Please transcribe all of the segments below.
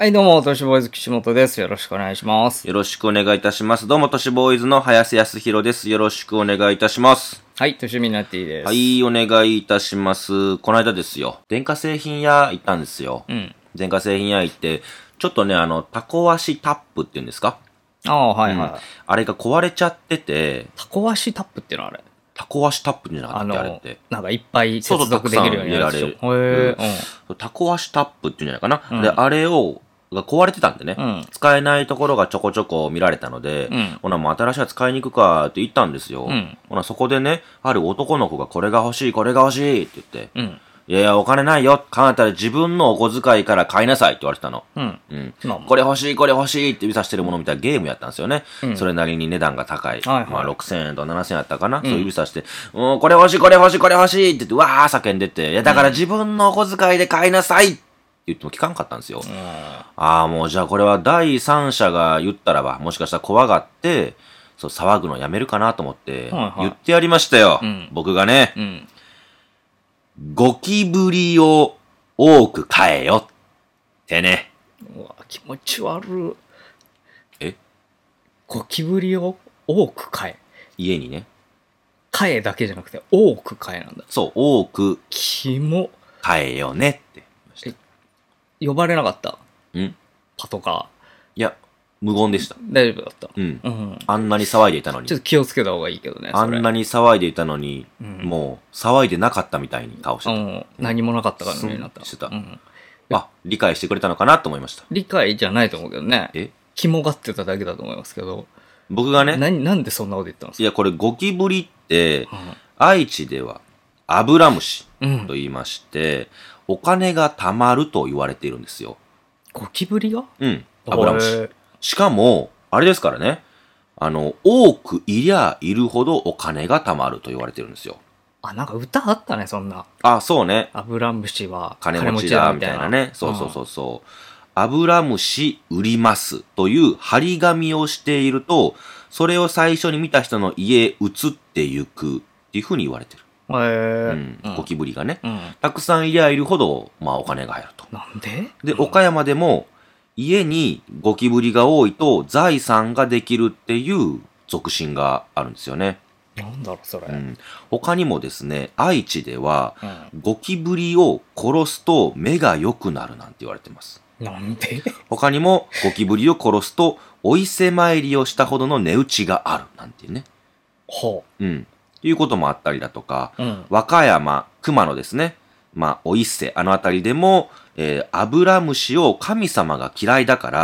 はい、どうも、都市ボーイズ岸本です。よろしくお願いします。 よろしくお願いいたします。どうも、都市ボーイズの早瀬康弘です。よろしくお願いいたします。 はい、都市ミナティです。 はい、お願いいたします。この間ですよ、電化製品屋行ったんですよ。電化製品屋行って、ちょっとね、タコ足タップっていうんですか？ ああ、はいはい。 あれが壊れちゃってて、 タコ足タップってのはあれ？ タコ足タップじゃなかったっけ、あれって。 なんかいっぱい接続できるようになるでしょ。 そうそう、たくさん入れられる。タコ足タップっていうんじゃないかな。で、あれが壊れてたんでね、使えないところがちょこちょこ見られたので、ほなもう新しいやつ買いに行くかって言ったんですよ。ほなそこでね、ある男の子がこれが欲しい、これが欲しいって言って、いやいやお金ないよ。買うんだったら自分のお小遣いから買いなさいって言われてたの。これ欲しい、これ欲しいって指さしてるものみたいなゲームやったんですよね。それなりに値段が高い。まあ6000円と7000円やったかな。そう指さして、これ欲しい、これ欲しい、これ欲しいって言って、わー叫んでて、いやだから自分のお小遣いで買いなさいって言っても聞かんかったんですよ。ああ、もうじゃあこれは第三者が言ったらば、もしかしたら怖がって、そう騒ぐのやめるかなと思って、言ってやりましたよ。僕がね。ゴキブリを多く飼えよってね。 うわ、気持ち悪い。 え？ ゴキブリを多く飼え。 家にね。 飼えだけじゃなくて多く飼えなんだ。 そう、多くキモ。 飼えよねって呼ばれなかった？ ん？ パトカいや、無言でした。 大丈夫だった。 あんなに騒いでいたのに。 ちょっと気をつけた方がいいけどね。 あんなに騒いでいたのに、もう騒いでなかったみたいに顔してた。 何もなかったかのようになった。 してた。あ、理解してくれたのかなと思いました。 理解じゃないと思うけどね。キモがってただけだと思いますけど。 僕がね。 なんでそんなこと言ったんですか？ いや、これゴキブリって、愛知ではアブラムシと言いまして、お金が貯まると言われているんですよ。 ゴキブリが？ アブラムシ。しかも、あれですからね。多くいりゃいるほどお金が貯まると言われてるんですよ。 あ、なんか歌あったね、そんな。 あ、そうね。 アブラムシは金持ちだ、みたいなね。そう。アブラムシ売りますという張り紙をしていると、それを最初に見た人の家へ移っていくっていうふうに言われてる。ゴキブリがね。たくさんいりゃいるほど、まあお金が入ると。 なんで？ で、岡山でも、家にゴキブリが多いと財産ができるっていう俗信があるんですよね。 なんだろうそれ。 他にもですね、愛知では、ゴキブリを殺すと目が良くなるなんて言われてます。 なんで？ 他にもゴキブリを殺すとお伊勢参りをしたほどの値打ちがあるなんていうね。っていうこともあったりだとか、和歌山、熊野ですね。まあ、お伊勢、あの辺りでも、アブラムシを神様が嫌いだから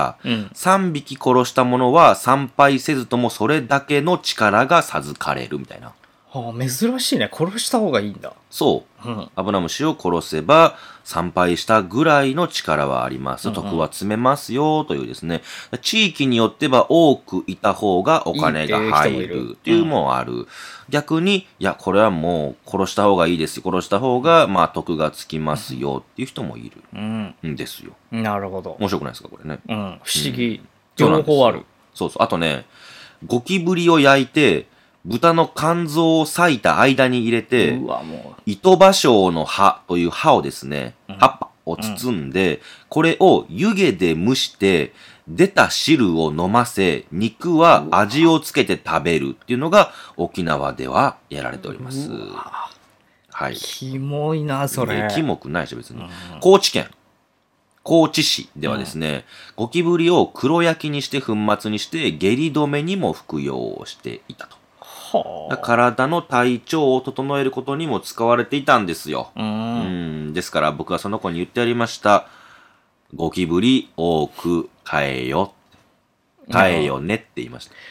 、3匹殺した者は参拝せずともそれだけの力が授かれるみたいな。 珍しいね。殺した方がいいんだ。 そう。アブラムシを殺せば、参拝したぐらいの力はあります。徳は積めますよ、というですね。地域によっては多くいた方がお金が入るっていうのもある。逆に、いや、これはもう殺した方がいいですよ。殺した方が、まあ、徳がつきますよっていう人もいる。んですよ。 なるほど。 面白くないですか、これね。 不思議。両方ある。 そう。あとね、ゴキブリを焼いて、豚の肝臓を裂いた間に入れて、糸芭蕉の葉という葉をですね、葉っぱを包んで、これを湯気で蒸して、出た汁を飲ませ、肉は味をつけて食べるっていうのが沖縄ではやられております。はい。 キモいな、それ。 キモくないでしょ、別に。高知県。高知市ではですね、ゴキブリを黒焼きにして粉末にして下痢止めにも服用していたと。体の体調を整えることにも使われていたんですよ。ですから僕はその子に言ってやりました。ゴキブリ多く飼えよ。飼えよねって言いました。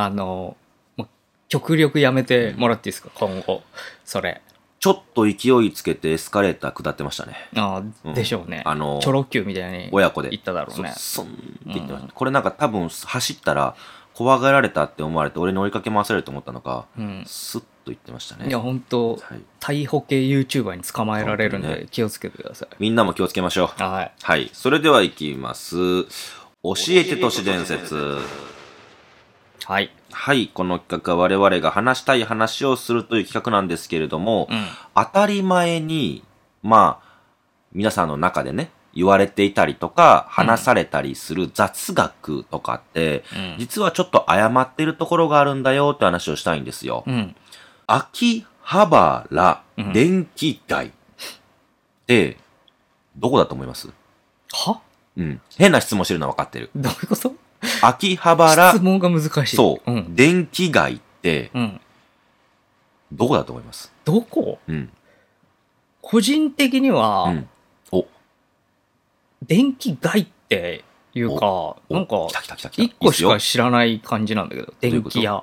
極力やめてもらっていいですか、今後。それ。 ちょっと勢いつけてエスカレーター下ってましたね。 でしょうね。チョロ Q みたいに親子で言っただろうね。 そんって言ってました。これなんか多分走ったら怖がられたって思われて俺に追いかけ回されると思ったのか、スッと言ってましたね。 いや本当、逮捕系 YouTuber に捕まえられるんで気をつけてください。 みんなも気をつけましょう。はい。それでは行きます。教えて都市伝説。はい。この企画は我々が話したい話をするという企画なんですけれども、当たり前に、まあ、皆さんの中でね、 言われていたりとか、話されたりする雑学とかって、実はちょっと誤ってるところがあるんだよって話をしたいんですよ。秋葉原電気街って、どこだと思います？ は？ 変な質問してるのは分かってる。 どういうこと？ 秋葉原。 質問が難しい。 そう。電気街って、どこだと思います？ どこ？個人的には、電気街っていうか、なんか、一個しか知らない感じなんだけど、電気屋。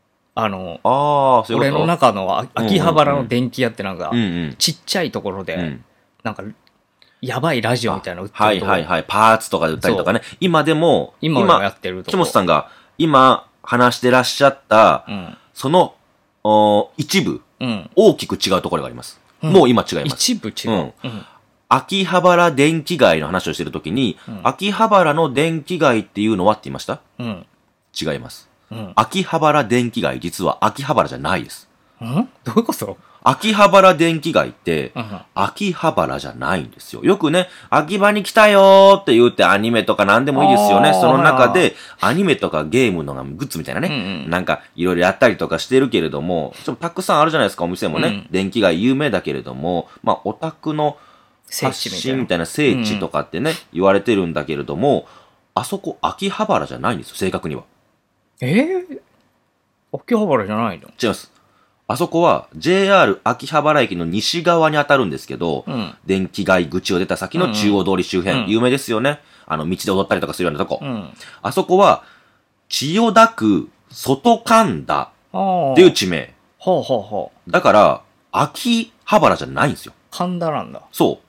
俺の中の秋葉原の電気屋ってなんか、ちっちゃいところで、なんか、やばいラジオみたいなの売ってる。 はいはいはい。パーツとかで売ったりとかね。今でも、 今やってるとこ。 木本さんが今話してらっしゃった、その、一部、大きく違うところがあります。もう今違います。 一部違う。 秋葉原電気街の話をしてるときに、秋葉原の電気街っていうのはって言いました？違います。秋葉原電気街、実は秋葉原じゃないです。 どういうこと？ 秋葉原電気街って、秋葉原じゃないんですよ。よくね、秋葉に来たよーって言ってアニメとか何でもいいですよね。その中で、アニメとかゲームのグッズみたいなね、なんかいろいろやったりとかしてるけれども、たくさんあるじゃないですか、お店もね。電気街有名だけれども、まあ、オタクの発信みたいな聖地とかってね、言われてるんだけれども、あそこ秋葉原じゃないんですよ、正確には。 秋葉原じゃないの？ 違います。あそこは JR 秋葉原駅の西側に当たるんですけど、電気街口を出た先の中央通り周辺、有名ですよね。道で踊ったりとかするようなとこ。あそこは、千代田区外神田っていう地名。だから、秋葉原じゃないんですよ。 神田なんだ。 そう。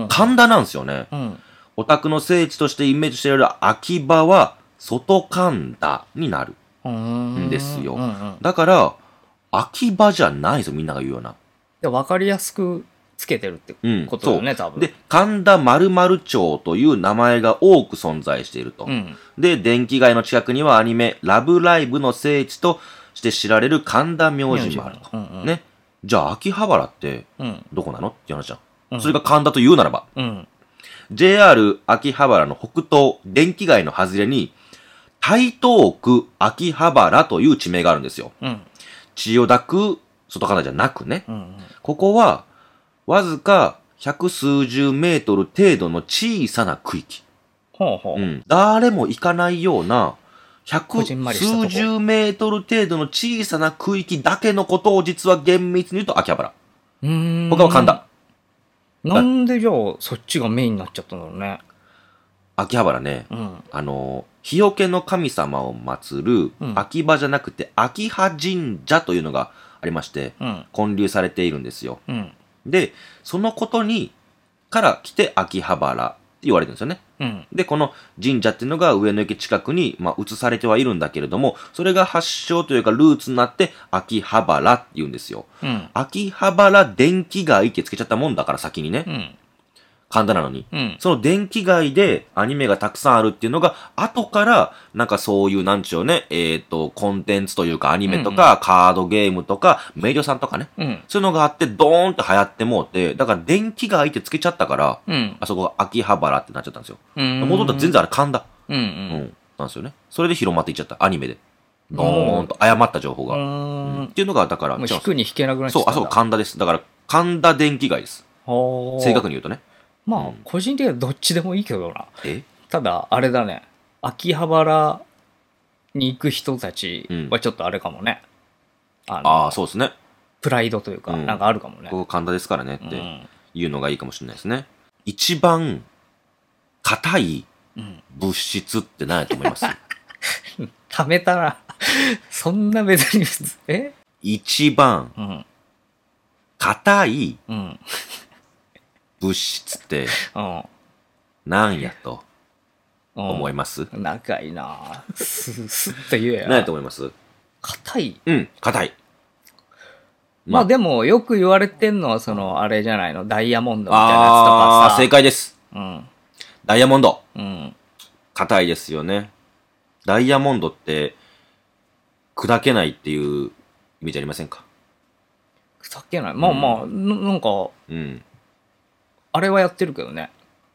神田なんですよね。オタクの聖地としてイメージしている秋葉は外神田になるんですよ。だから、秋葉じゃないですよ、みんなが言うような。 わかりやすくつけてるってことだよね、多分。 で、神田〇〇町という名前が多く存在していると。で、電気街の近くにはアニメ、ラブライブの聖地として知られる神田明神もあると。ね。じゃあ、秋葉原って、どこなのっていう話じゃん。それが神田と言うならば。JR 秋葉原の北東、電気街の外れに、台東区秋葉原という地名があるんですよ。千代田区外神田じゃなくね。ここは、わずか百数十メートル程度の小さな区域。誰も行かないような、百数十メートル程度の小さな区域だけのことを実は厳密に言うと秋葉原。他は神田。 なんでじゃあそっちがメインになっちゃったんだろうね。 秋葉原ね、日よけの神様を祀る、秋葉じゃなくて秋葉神社というのがありまして、建立されているんですよ。で、そのことから来て秋葉原って言われてるんですよね。で、この神社っていうのが上野駅近くに、移されてはいるんだけれども、それが発祥というかルーツになって秋葉原って言うんですよ。秋葉原電気街ってつけちゃったもんだから先にね。神田なのに、その電気街でアニメがたくさんあるっていうのが、後から、なんかそういう、なんちゅうね、コンテンツというかアニメとか、カードゲームとか、メイドさんとかね、そういうのがあって、ドーンって流行ってもうて、だから電気街ってつけちゃったから、あそこが秋葉原ってなっちゃったんですよ。もともと全然あれ神田。なんですよね。それで広まっていっちゃった、アニメで。ドーンと誤った情報が。っていうのが、だから、 もう引くに引けなくなっちゃった。 そう、あそこ神田です。だから、神田電気街です。正確に言うとね。 個人的にはどっちでもいいけどな。ただ、あれだね。秋葉原に行く人たちはちょっとあれかもね。 そうですね。 プライドというか、なんかあるかもね。 ここ神田ですからねっていうのがいいかもしれないですね。一番硬い物質って何やと思います？ ためたら、そんな別に一番硬い物質って何やと思います？ 長いなすって言えや。 何やと思います？ 硬い？ 硬い。 でもよく言われてんのはあれじゃないの、ダイヤモンドみたいなやつとかさ。 正解です。ダイヤモンド。硬いですよね。ダイヤモンドって砕けないっていうイメージありませんか？ 砕けない。なんか、あれはやってるけどね。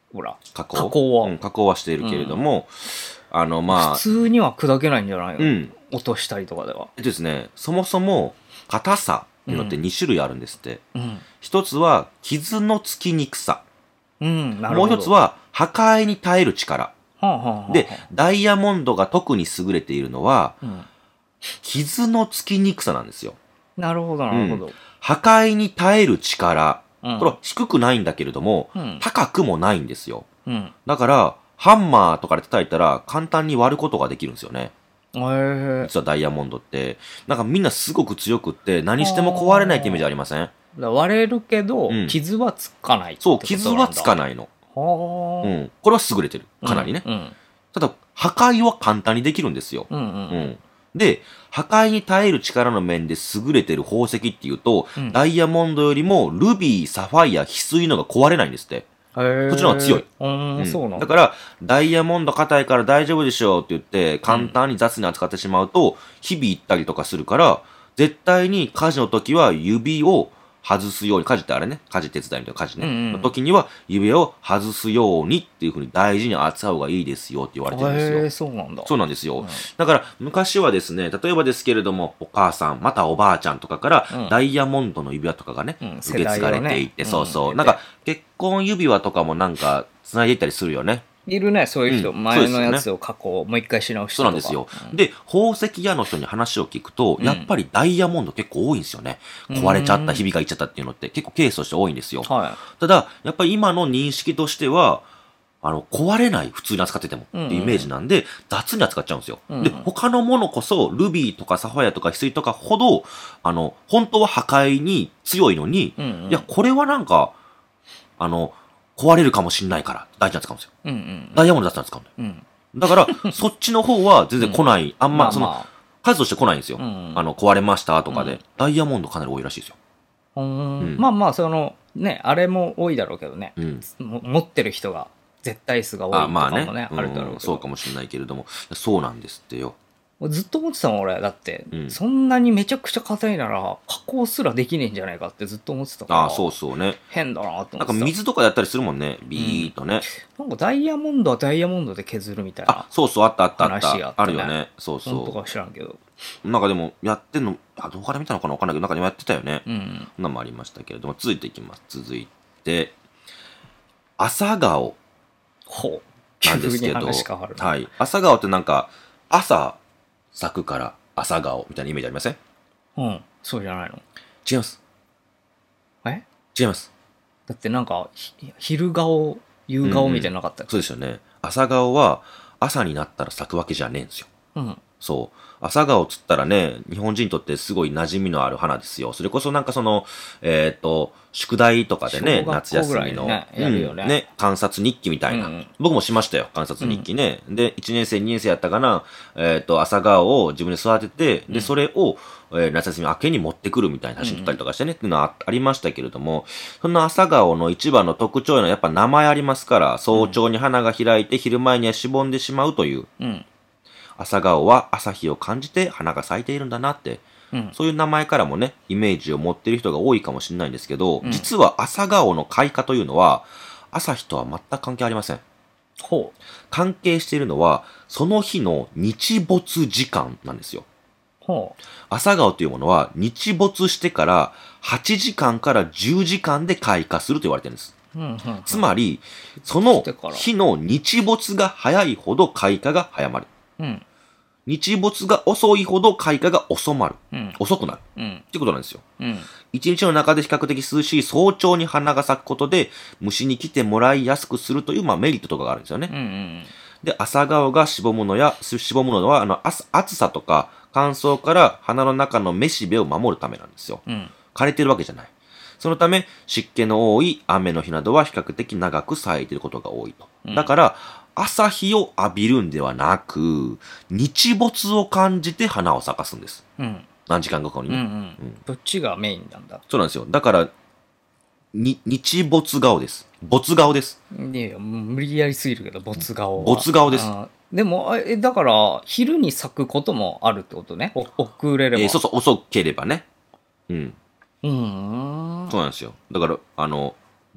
ほら、 加工は、 加工はしているけれども、 普通には砕けないんじゃないの？落としたりとかでは。 ですね、そもそも、硬さっていうのって2種類あるんですって。一つは、傷のつきにくさ。もう一つは、破壊に耐える力。で、ダイヤモンドが特に優れているのは、傷のつきにくさなんですよ。 なるほど、なるほど。 破壊に耐える力。これは低くないんだけれども、高くもないんですよ。だから、ハンマーとかで叩いたら簡単に割ることができるんですよね。実はダイヤモンドって、なんかみんなすごく強くって何しても壊れないってイメージありません？ 割れるけど、傷はつかないってことなんだ。 そう、傷はつかないの。これは優れてる。かなりね。ただ、破壊は簡単にできるんですよ。で、破壊に耐える力の面で優れてる宝石っていうと、ダイヤモンドよりもルビー、サファイア、翡翠のが壊れないんですって。そっちの方が強い。だから、ダイヤモンド硬いから大丈夫でしょうって言って、簡単に雑に扱ってしまうと、日々行ったりとかするから、絶対に火事の時は指を外すように、火事ってあれね、火事手伝いみたいな火事ね、の時には指を外すようにっていう風に大事に扱う方がいいですよって言われてるんですよ。 そうなんだ。 そうなんですよ。だから昔はですね、例えばですけれども、お母さん、またおばあちゃんとかから、ダイヤモンドの指輪とかがね、受け継がれていって、そうそう。なんか結婚指輪とかもなんか繋いでいったりするよね。 いるね、そういう人。前のやつを加工、もう一回し直してとか。 そうなんですよ。で、宝石屋の人に話を聞くと、やっぱりダイヤモンド結構多いんですよね。壊れちゃった、ひびがいっちゃったっていうのって結構ケースとして多いんですよ。ただ、やっぱり今の認識としては、壊れない、普通に扱っててもっていうイメージなんで、雑に扱っちゃうんですよ。で、他のものこそ、ルビーとかサファイアとか翡翠とかほど、本当は破壊に強いのに、いや、これはなんか、壊れるかもしんないから、大事な使うんですよ。ダイヤモンドだったら使うんだよ。だから、そっちの方は全然来ない、あんま、数として来ないんですよ。壊れましたとかで。ダイヤモンドかなり多いらしいですよ。 まあまあ、ね、あれも多いだろうけどね。持ってる人が絶対数が多いとかもね、あるだろうけど。 そうかもしれないけれども、そうなんですってよ。 ずっと思ってたもん俺。だって、そんなにめちゃくちゃ硬いなら加工すらできねえんじゃないかってずっと思ってたから。 そうそうね。 変だなと思ってた。 なんか水とかやったりするもんね、ビーっとね。 なんかダイヤモンドはダイヤモンドで削るみたいな。 そうそう、あった。 話があるよね。そうそう。 本当か知らんけど。 なんかでも、やってんの、動画で見たのかなわかんないけど、なんかでもやってたよね。そんなもありましたけれども、続いていきます。続いて、朝顔。なんですけど、はい。朝顔ってなんか、朝咲くから朝顔みたいなイメージありません？ そうじゃないの？ 違います。違います。 だってなんか、昼顔、夕顔みたいなのなかったそうですよね。朝顔は朝になったら咲くわけじゃねえんですよ。そう。朝顔つったらね、日本人にとってすごい馴染みのある花ですよ。それこそなんか宿題とかでね、夏休みの、ね、観察日記みたいな。僕もしましたよ、観察日記ね。で、1年生、2年生やったかな、朝顔を自分で育てて、で、それを、夏休み明けに持ってくるみたいな写真撮ったりとかしてね、っていうのはありましたけれども、その朝顔の一番の特徴はやっぱ名前ありますから、早朝に花が開いて、昼前にはしぼんでしまうという。朝顔は朝日を感じて花が咲いているんだなって、そういう名前からもね、イメージを持っている人が多いかもしれないんですけど、実は朝顔の開花というのは、朝日とは全く関係ありません。関係しているのは、その日の日没時間なんですよ。朝顔というものは、日没してから8時間から10時間で開花すると言われてるんです。つまり、その日の日没が早いほど開花が早まる。日没が遅いほど開花が遅くなる。ってことなんですよ。一日の中で比較的涼しい早朝に花が咲くことで、虫に来てもらいやすくするという、メリットとかがあるんですよね。で、朝顔がしぼむのは、暑さとか乾燥から花の中のめしべを守るためなんですよ。枯れてるわけじゃない。そのため、湿気の多い雨の日などは比較的長く咲いていることが多いと。だから、朝日を浴びるんではなく、日没を感じて花を咲かすんです。何時間後かにね。 どっちがメインなんだ？ そうなんですよ。だから、日没顔です。没顔です。 いや、無理やりすぎるけど、没顔は。 没顔です。 でも、だから、昼に咲くこともあるってことね。遅れれば。 そうそう、遅ければね。そうなんですよ。だから、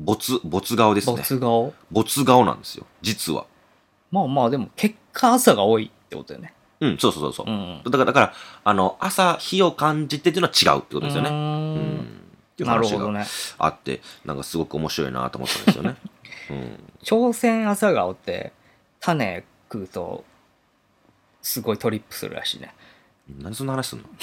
没顔ですね。 没顔没顔なんですよ、実は。 まあまあ、でも結果朝が多いってことだよね。 うん、そうそうそう。だから、朝日を感じてっていうのは違うってことですよね。っていう話があって、なんかすごく面白いなと思ったんですよね。 朝鮮朝顔って、種食うと、すごいトリップするらしいね。 なんでそんな話すんの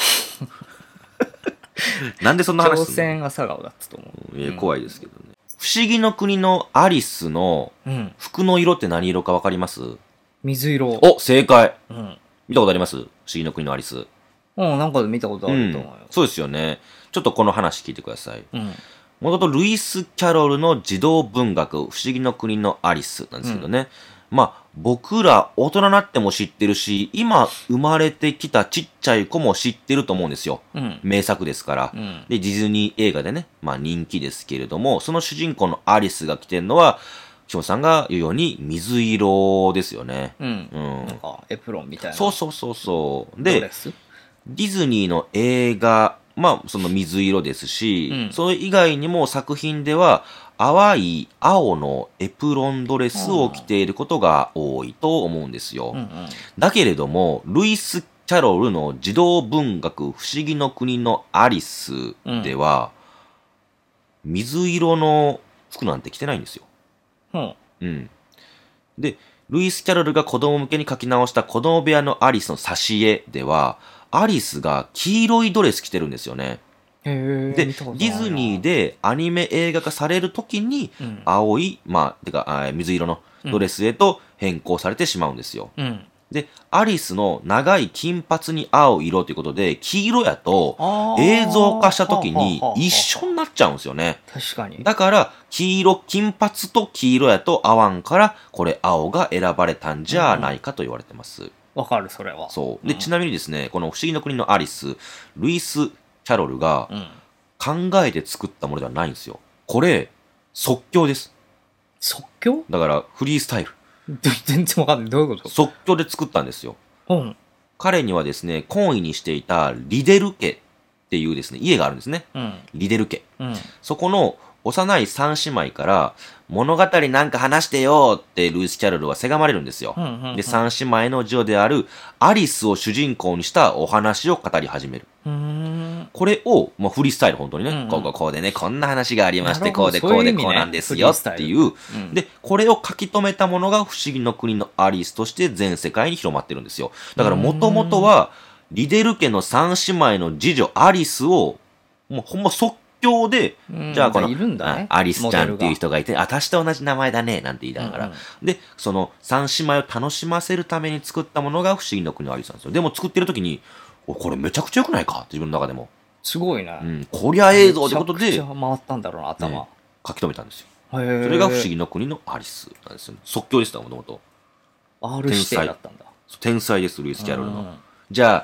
なんでそんな話すんの？ 朝鮮朝顔だったと思う。 いや、怖いですけどね。不思議の国のアリスの服の色って何色かわかります？ 水色。 お、正解。見たことあります？不思議の国のアリス。 なんかで見たことあると思うよ。 そうですよね。ちょっとこの話聞いてください。もともとルイス・キャロルの児童文学、不思議の国のアリスなんですけどね。まあ、僕ら大人になっても知ってるし、今生まれてきたちっちゃい子も知ってると思うんですよ。名作ですから。で、ディズニー映画でね、まあ人気ですけれども、その主人公のアリスが着てるのは、キョンさんが言うように水色ですよね。 なんかエプロンみたいな。 そう。で、ディズニーの映画、まあその水色ですし、それ以外にも作品では、淡い青のエプロンドレスを着ていることが多いと思うんですよ。だけれども、ルイス・キャロルの児童文学不思議の国のアリスでは、水色の服なんて着てないんですよ。で、ルイス・キャロルが子供向けに書き直した子供部屋のアリスの挿絵では、アリスが黄色いドレス着てるんですよね。で、ディズニーでアニメ映画化されるときに、青い、水色のドレスへと変更されてしまうんですよ。で、アリスの長い金髪に青色ということで、黄色やと映像化したときに一緒になっちゃうんですよね。 確かに。 だから、金髪と黄色やと合わんから、これ青が選ばれたんじゃないかと言われてます。 わかる、それは。 そう。で、ちなみにですね、この不思議の国のアリス、ルイス・キャロルが考えて作ったものではないんですよ。これ、即興です。 即興？ だから、フリースタイル。 全然わかんない。どういうこと？ 即興で作ったんですよ。彼にはですね、懇意にしていたリデル家っていうですね、家があるんですね。リデル家。そこの幼い三姉妹から物語なんか話してよってルイス・キャロルはせがまれるんですよ。で、三姉妹の女であるアリスを主人公にしたお話を語り始める。これを、まあ、フリースタイル本当にね、こうでね、こんな話がありまして、こうでこうでこうなんですよっていう。で、これを書き留めたものが不思議の国のアリスとして全世界に広まってるんですよ。だからもともとは、リデル家の三姉妹の次女アリスを、もうほんま即興で、じゃあこの、アリスちゃんっていう人がいて、私と同じ名前だね、なんて言いながら。で、その三姉妹を楽しませるために作ったものが不思議の国のアリスなんですよ。でも作ってる時に、これめちゃくちゃ良くないかって自分の中でも。 すごいね。 こりゃ映像ってことで、 めちゃくちゃ回ったんだろうな、頭。 書き留めたんですよ。それが不思議の国のアリスなんですよ。即興でした、もともと。 R 指定だったんだ。 天才です、ルイス・キャロルの。じゃあ、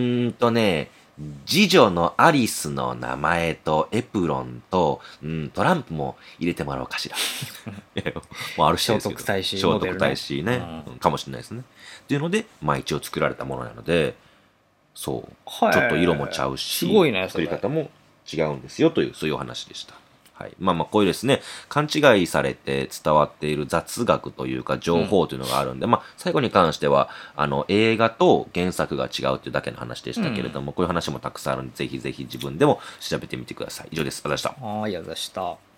次女のアリスの名前とエプロンと、トランプも入れてもらおうかしら。もうある種ですけど。聖徳太子ね。かもしれないですね。っていうので、まあ一応作られたものなので、そう。ちょっと色もちゃうし、 すごいね、 作り方も違うんですよという、そういうお話でした。はい。まあこういうですね、勘違いされて伝わっている雑学というか情報というのがあるんで、まあ最後に関しては、映画と原作が違うというだけの話でしたけれども、こういう話もたくさんあるんで、ぜひぜひ自分でも調べてみてください。以上です。ありがとうございました。 はい、ありがとうございました。